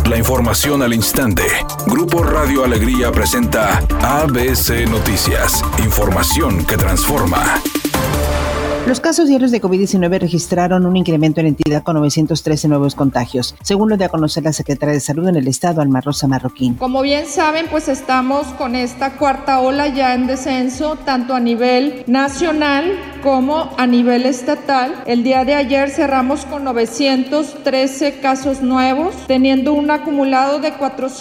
La información al instante. Grupo Radio Alegría presenta ABC Noticias. Información que transforma. Los casos diarios de COVID-19 registraron un incremento en la entidad con 913 nuevos contagios, según lo dio a conocer la Secretaria de Salud en el estado, Alma Rosa Marroquín. Como bien saben, pues estamos con esta cuarta ola ya en descenso, tanto a nivel nacional como a nivel estatal. El día de ayer cerramos con 913 casos nuevos, teniendo un acumulado de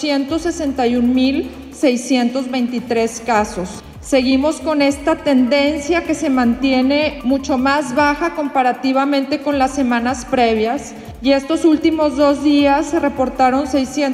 461,623 casos. Seguimos con esta tendencia que se mantiene mucho más baja comparativamente con las semanas previas, y estos últimos 2 días se reportaron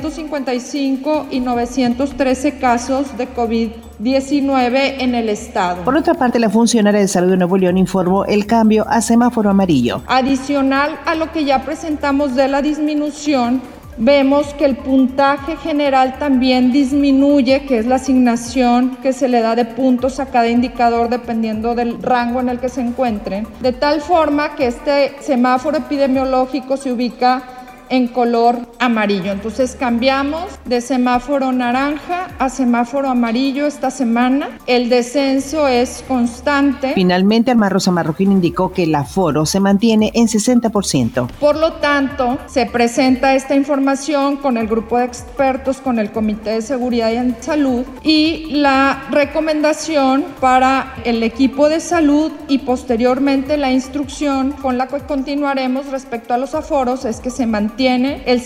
655 y 913 casos de COVID-19 en el estado. Por otra parte, la funcionaria de salud de Nuevo León informó el cambio a semáforo amarillo. Adicional a lo que ya presentamos de la disminución, vemos que el puntaje general también disminuye, que es la asignación que se le da de puntos a cada indicador dependiendo del rango en el que se encuentren, de tal forma que este semáforo epidemiológico se ubica en color amarillo. Entonces cambiamos de semáforo naranja a semáforo amarillo esta semana. El descenso es constante. Finalmente, Alma Rosa Marroquín indicó que el aforo se mantiene en 60%. Por lo tanto, se presenta esta información con el grupo de expertos, con el Comité de Seguridad y Salud, y la recomendación para el equipo de salud y posteriormente la instrucción con la que continuaremos respecto a los aforos es que se mantiene el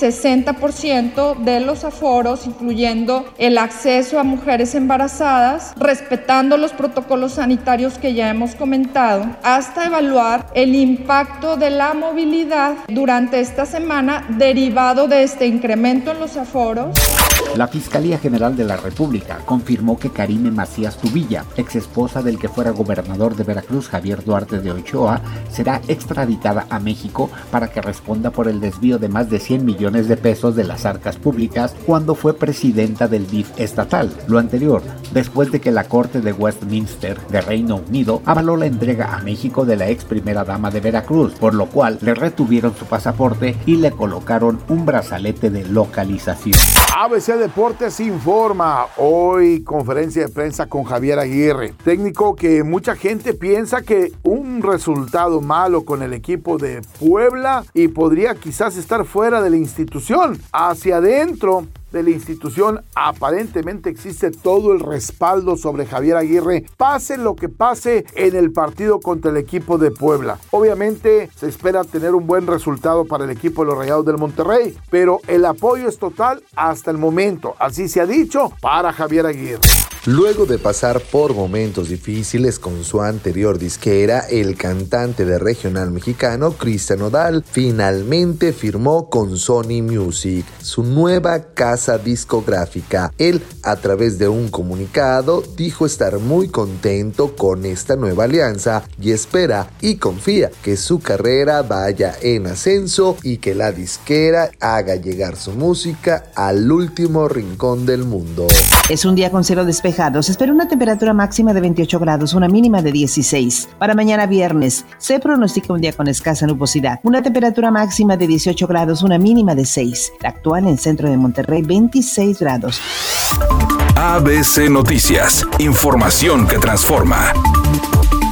60% de los aforos, incluyendo el acceso a mujeres embarazadas, respetando los protocolos sanitarios que ya hemos comentado, hasta evaluar el impacto de la movilidad durante esta semana derivado de este incremento en los aforos. La Fiscalía General de la República confirmó que Karime Macías Tubilla, ex esposa del que fuera gobernador de Veracruz, Javier Duarte de Ochoa, será extraditada a México para que responda por el desvío de más de 100 millones de pesos de las arcas públicas cuando fue presidenta del DIF estatal. Lo anterior, después de que la Corte de Westminster de Reino Unido avaló la entrega a México de la ex primera dama de Veracruz, por lo cual le retuvieron su pasaporte y le colocaron un brazalete de localización. ABC Deportes informa. Hoy conferencia de prensa con Javier Aguirre, técnico que mucha gente piensa que un resultado malo con el equipo de Puebla y podría quizás estar fuera de la institución. Hacia adentro de la institución aparentemente existe todo el respaldo sobre Javier Aguirre, pase lo que pase en el partido contra el equipo de Puebla. Obviamente se espera tener un buen resultado para el equipo de los Rayados del Monterrey, pero el apoyo es total hasta el momento, así se ha dicho, para Javier Aguirre. Luego de pasar por momentos difíciles con su anterior disquera, el cantante de regional mexicano Cristian Nodal finalmente firmó con Sony Music, su nueva casa discográfica. Él, a través de un comunicado, dijo estar muy contento con esta nueva alianza y espera y confía que su carrera vaya en ascenso y que la disquera haga llegar su música al último rincón del mundo. Es un día con cielo despejado. Se espera una temperatura máxima de 28 grados, una mínima de 16. Para mañana viernes se pronostica un día con escasa nubosidad. Una temperatura máxima de 18 grados, una mínima de 6. La actual en el centro de Monterrey, 26 grados. ABC Noticias. Información que transforma.